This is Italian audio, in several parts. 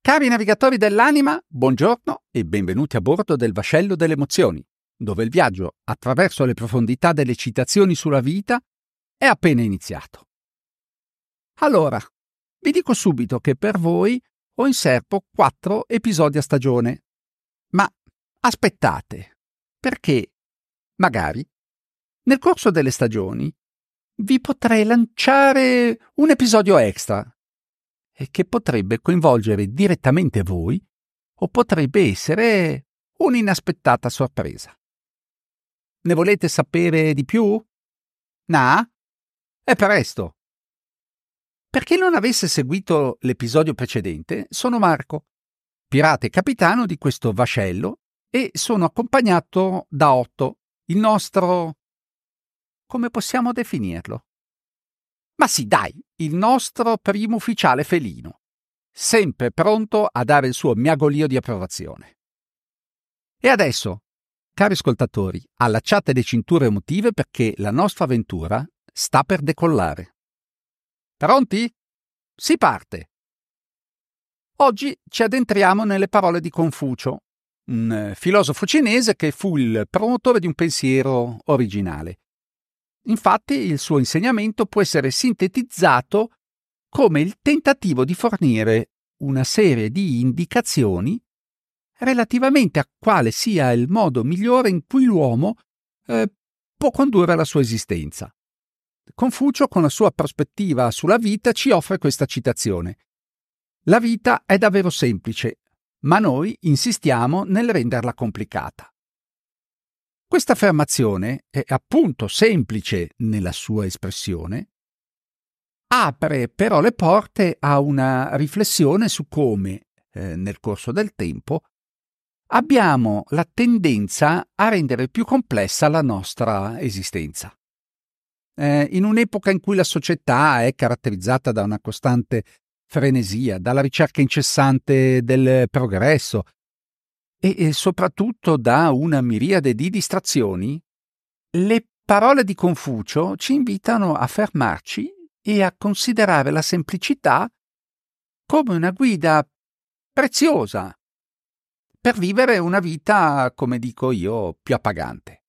Cari navigatori dell'anima, buongiorno e benvenuti a bordo del vascello delle emozioni, dove il viaggio attraverso le profondità delle citazioni sulla vita è appena iniziato. Allora, vi dico subito che per voi ho in serbo 4 episodi a stagione. Ma aspettate, perché magari nel corso delle stagioni vi potrei lanciare un episodio extra e che potrebbe coinvolgere direttamente voi o potrebbe essere un'inaspettata sorpresa. Ne volete sapere di più? Nah? È presto. Per chi non avesse seguito l'episodio precedente, sono Marco, pirata e capitano di questo vascello, e sono accompagnato da Otto, il nostro... come possiamo definirlo? Ma sì, dai, il nostro primo ufficiale felino, sempre pronto a dare il suo miagolio di approvazione. E adesso, cari ascoltatori, allacciate le cinture emotive perché la nostra avventura sta per decollare. Pronti? Si parte! Oggi ci addentriamo nelle parole di Confucio, un filosofo cinese che fu il promotore di un pensiero originale. Infatti, il suo insegnamento può essere sintetizzato come il tentativo di fornire una serie di indicazioni relativamente a quale sia il modo migliore in cui l'uomo può condurre la sua esistenza. Confucio, con la sua prospettiva sulla vita, ci offre questa citazione: «La vita è davvero semplice, ma noi insistiamo nel renderla complicata». Questa affermazione è appunto semplice nella sua espressione, apre però le porte a una riflessione su come, nel corso del tempo, abbiamo la tendenza a rendere più complessa la nostra esistenza. In un'epoca in cui la società è caratterizzata da una costante frenesia, dalla ricerca incessante del progresso e soprattutto da una miriade di distrazioni, le parole di Confucio ci invitano a fermarci e a considerare la semplicità come una guida preziosa per vivere una vita, come dico io, più appagante.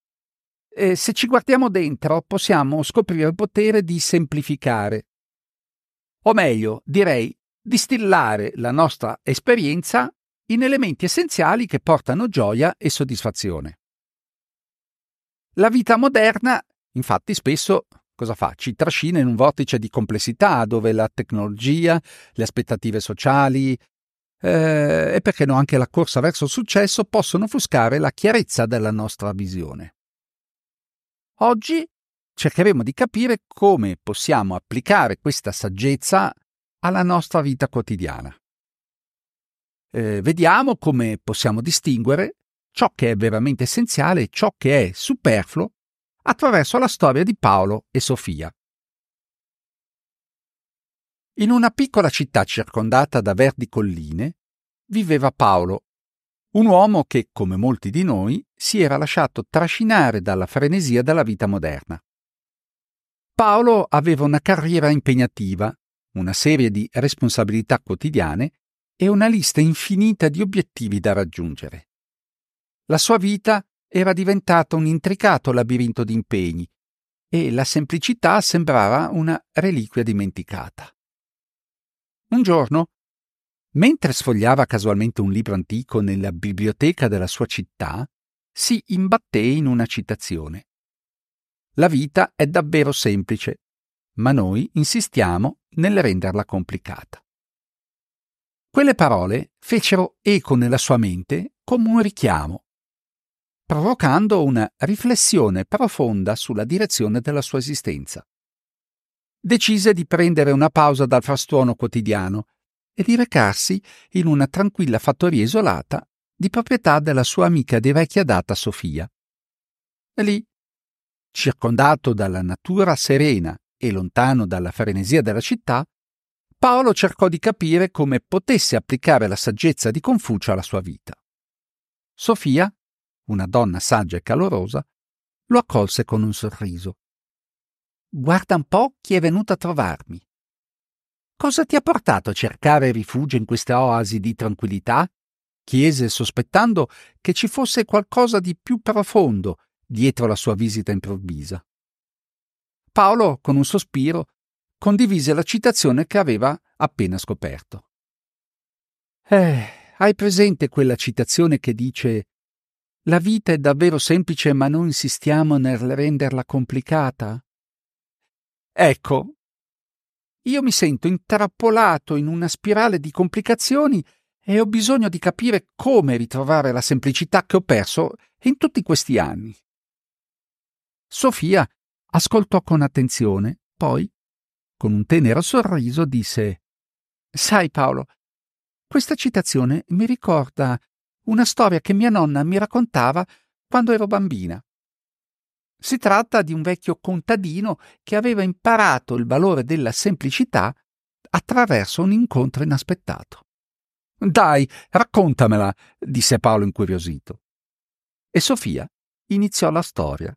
E se ci guardiamo dentro, possiamo scoprire il potere di semplificare, o meglio, direi, distillare la nostra esperienza in elementi essenziali che portano gioia e soddisfazione. La vita moderna, infatti, spesso cosa fa? Ci trascina in un vortice di complessità dove la tecnologia, le aspettative sociali e perché no anche la corsa verso il successo possono offuscare la chiarezza della nostra visione. Oggi cercheremo di capire come possiamo applicare questa saggezza alla nostra vita quotidiana. Vediamo come possiamo distinguere ciò che è veramente essenziale e ciò che è superfluo attraverso la storia di Paolo e Sofia. In una piccola città circondata da verdi colline viveva Paolo, un uomo che, come molti di noi, si era lasciato trascinare dalla frenesia della vita moderna. Paolo aveva una carriera impegnativa, una serie di responsabilità quotidiane e una lista infinita di obiettivi da raggiungere. La sua vita era diventata un intricato labirinto di impegni e la semplicità sembrava una reliquia dimenticata. Un giorno, mentre sfogliava casualmente un libro antico nella biblioteca della sua città, si imbatté in una citazione. La vita è davvero semplice, ma noi insistiamo nel renderla complicata. Quelle parole fecero eco nella sua mente come un richiamo, provocando una riflessione profonda sulla direzione della sua esistenza. Decise di prendere una pausa dal frastuono quotidiano e di recarsi in una tranquilla fattoria isolata di proprietà della sua amica di vecchia data Sofia. Lì, circondato dalla natura serena e lontano dalla frenesia della città, Paolo cercò di capire come potesse applicare la saggezza di Confucio alla sua vita. Sofia, una donna saggia e calorosa, lo accolse con un sorriso. «Guarda un po' chi è venuto a trovarmi». Cosa ti ha portato a cercare rifugio in questa oasi di tranquillità? Chiese, sospettando che ci fosse qualcosa di più profondo dietro la sua visita improvvisa. Paolo, con un sospiro, condivise la citazione che aveva appena scoperto. Hai presente quella citazione che dice: «La vita è davvero semplice, ma noi insistiamo nel renderla complicata»? Ecco, io mi sento intrappolato in una spirale di complicazioni e ho bisogno di capire come ritrovare la semplicità che ho perso in tutti questi anni. Sofia ascoltò con attenzione, poi, con un tenero sorriso, disse: «Sai, Paolo, questa citazione mi ricorda una storia che mia nonna mi raccontava quando ero bambina. Si tratta di un vecchio contadino che aveva imparato il valore della semplicità attraverso un incontro inaspettato». «Dai, raccontamela», disse Paolo incuriosito. E Sofia iniziò la storia.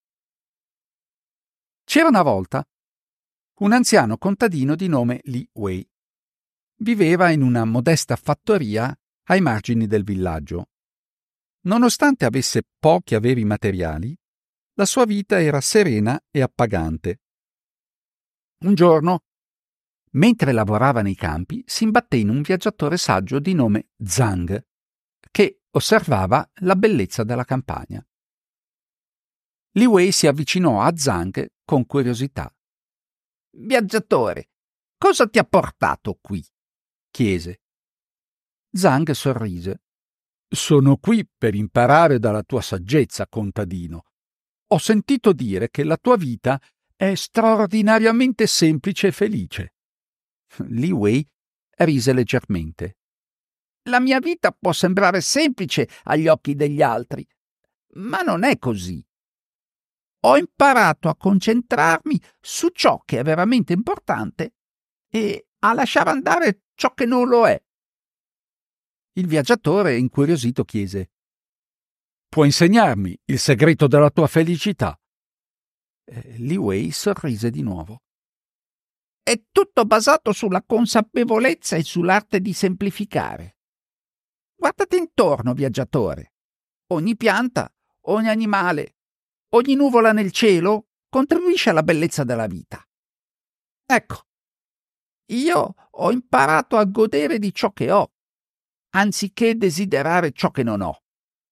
C'era una volta un anziano contadino di nome Li Wei. Viveva in una modesta fattoria ai margini del villaggio. Nonostante avesse pochi averi materiali, la sua vita era serena e appagante. Un giorno, mentre lavorava nei campi, si imbatté in un viaggiatore saggio di nome Zhang, che osservava la bellezza della campagna. Li Wei si avvicinò a Zhang con curiosità. «Viaggiatore, cosa ti ha portato qui?» chiese. Zhang sorrise. «Sono qui per imparare dalla tua saggezza, contadino. Ho sentito dire che la tua vita è straordinariamente semplice e felice». Li Wei rise leggermente. «La mia vita può sembrare semplice agli occhi degli altri, ma non è così. Ho imparato a concentrarmi su ciò che è veramente importante e a lasciare andare ciò che non lo è». Il viaggiatore, incuriosito, chiese: «Puoi insegnarmi il segreto della tua felicità?» Li Wei sorrise di nuovo. «È tutto basato sulla consapevolezza e sull'arte di semplificare. Guardati intorno, viaggiatore. Ogni pianta, ogni animale, ogni nuvola nel cielo contribuisce alla bellezza della vita. Ecco, io ho imparato a godere di ciò che ho, anziché desiderare ciò che non ho».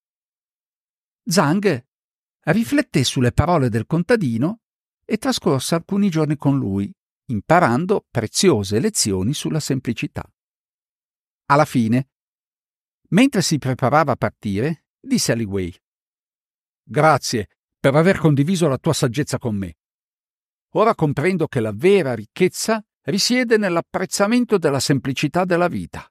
Zhang rifletté sulle parole del contadino e trascorse alcuni giorni con lui, imparando preziose lezioni sulla semplicità. Alla fine, mentre si preparava a partire, disse a Li Wei: «Grazie per aver condiviso la tua saggezza con me. Ora comprendo che la vera ricchezza risiede nell'apprezzamento della semplicità della vita».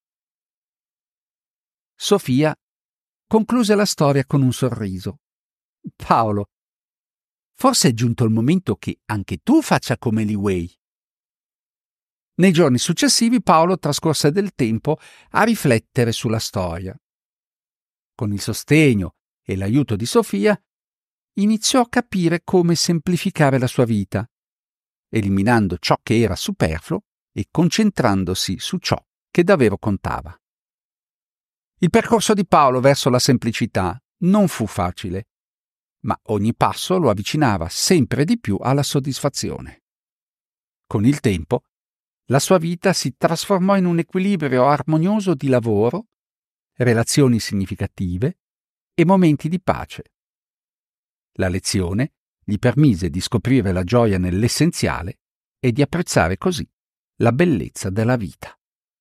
Sofia concluse la storia con un sorriso. «Paolo, forse è giunto il momento che anche tu faccia come Li Wei». Nei giorni successivi Paolo trascorse del tempo a riflettere sulla storia. Con il sostegno e l'aiuto di Sofia, iniziò a capire come semplificare la sua vita, eliminando ciò che era superfluo e concentrandosi su ciò che davvero contava. Il percorso di Paolo verso la semplicità non fu facile, ma ogni passo lo avvicinava sempre di più alla soddisfazione. Con il tempo, la sua vita si trasformò in un equilibrio armonioso di lavoro, relazioni significative e momenti di pace. La lezione gli permise di scoprire la gioia nell'essenziale e di apprezzare così la bellezza della vita.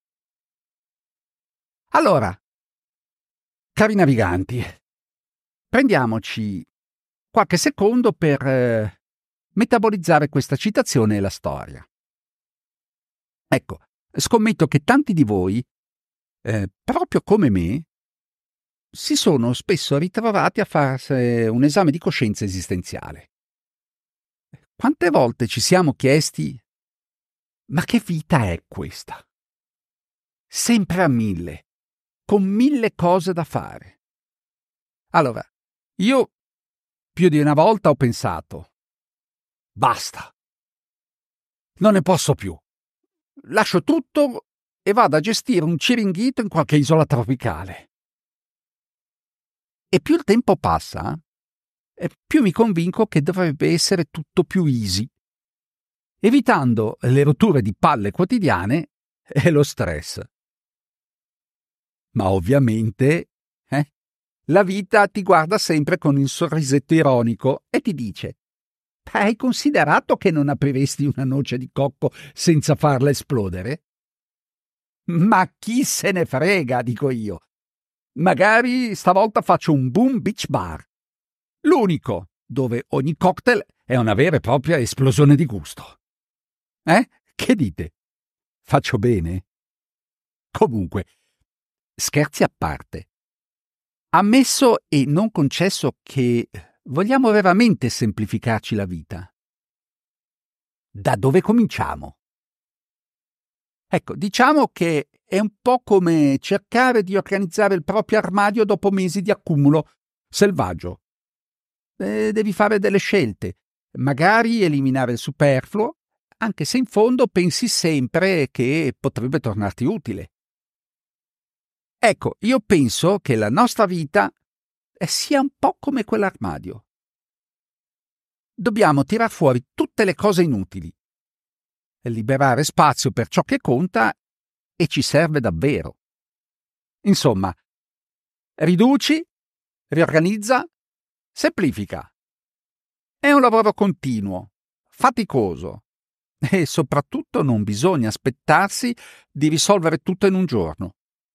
Allora, cari naviganti, prendiamoci qualche secondo per metabolizzare questa citazione e la storia. Ecco, scommetto che tanti di voi, proprio come me, si sono spesso ritrovati a farsi un esame di coscienza esistenziale. Quante volte ci siamo chiesti: ma che vita è questa? Sempre a 1000, con 1000 cose da fare. Allora, io più di una volta ho pensato: basta, non ne posso più. lascio tutto e vado a gestire un ciringhito in qualche isola tropicale. E più il tempo passa, più mi convinco che dovrebbe essere tutto più easy, evitando le rotture di palle quotidiane e lo stress. Ma ovviamente, la vita ti guarda sempre con il sorrisetto ironico e ti dice: hai considerato che non apriresti una noce di cocco senza farla esplodere? Ma chi se ne frega, dico io. Magari stavolta faccio un Boom Beach Bar, l'unico dove ogni cocktail è una vera e propria esplosione di gusto. Che dite? Faccio bene? Comunque, scherzi a parte. Ammesso e non concesso che vogliamo veramente semplificarci la vita. Da dove cominciamo? Ecco, diciamo che è un po' come cercare di organizzare il proprio armadio dopo mesi di accumulo selvaggio. Devi fare delle scelte, magari eliminare il superfluo, anche se in fondo pensi sempre che potrebbe tornarti utile. Ecco, io penso che la nostra vita sia un po' come quell'armadio. Dobbiamo tirar fuori tutte le cose inutili, liberare spazio per ciò che conta e ci serve davvero. Insomma, riduci, riorganizza, semplifica. È un lavoro continuo, faticoso e soprattutto non bisogna aspettarsi di risolvere tutto in un giorno.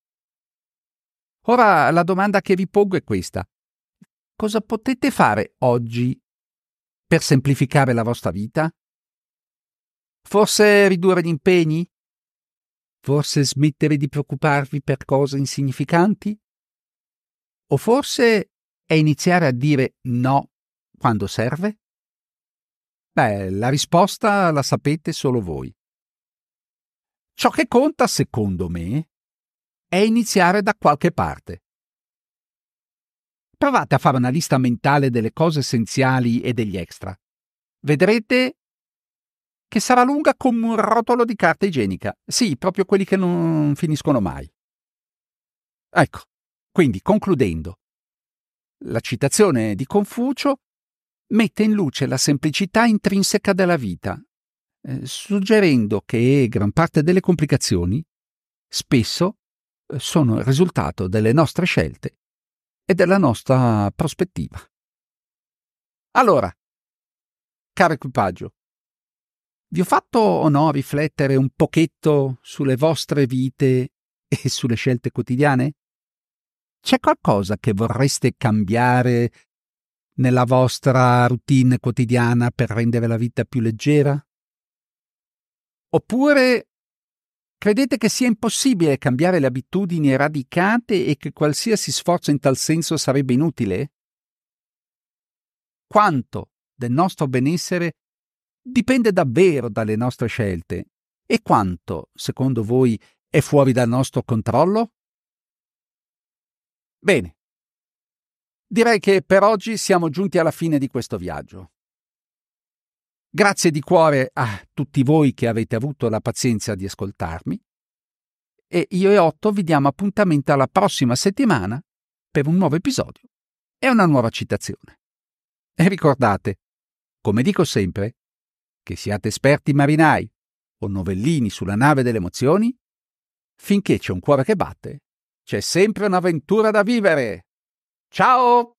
Ora la domanda che vi pongo è questa: cosa potete fare oggi per semplificare la vostra vita? Forse ridurre gli impegni? Forse smettere di preoccuparvi per cose insignificanti? O forse è iniziare a dire no quando serve? La risposta la sapete solo voi. Ciò che conta, secondo me, è iniziare da qualche parte. Provate a fare una lista mentale delle cose essenziali e degli extra. Vedrete che sarà lunga come un rotolo di carta igienica. Sì, proprio quelli che non finiscono mai. Ecco, quindi concludendo, la citazione di Confucio mette in luce la semplicità intrinseca della vita, suggerendo che gran parte delle complicazioni spesso sono il risultato delle nostre scelte e della nostra prospettiva. Allora, caro equipaggio, vi ho fatto o no riflettere un pochetto sulle vostre vite e sulle scelte quotidiane? C'è qualcosa che vorreste cambiare nella vostra routine quotidiana per rendere la vita più leggera? Oppure credete che sia impossibile cambiare le abitudini radicate e che qualsiasi sforzo in tal senso sarebbe inutile? Quanto del nostro benessere dipende davvero dalle nostre scelte e quanto, secondo voi, è fuori dal nostro controllo? Bene, direi che per oggi siamo giunti alla fine di questo viaggio. Grazie di cuore a tutti voi che avete avuto la pazienza di ascoltarmi e io e Otto vi diamo appuntamento alla prossima settimana per un nuovo episodio e una nuova citazione. E ricordate, come dico sempre, che siate esperti marinai o novellini sulla nave delle emozioni, finché c'è un cuore che batte, c'è sempre un'avventura da vivere. Ciao!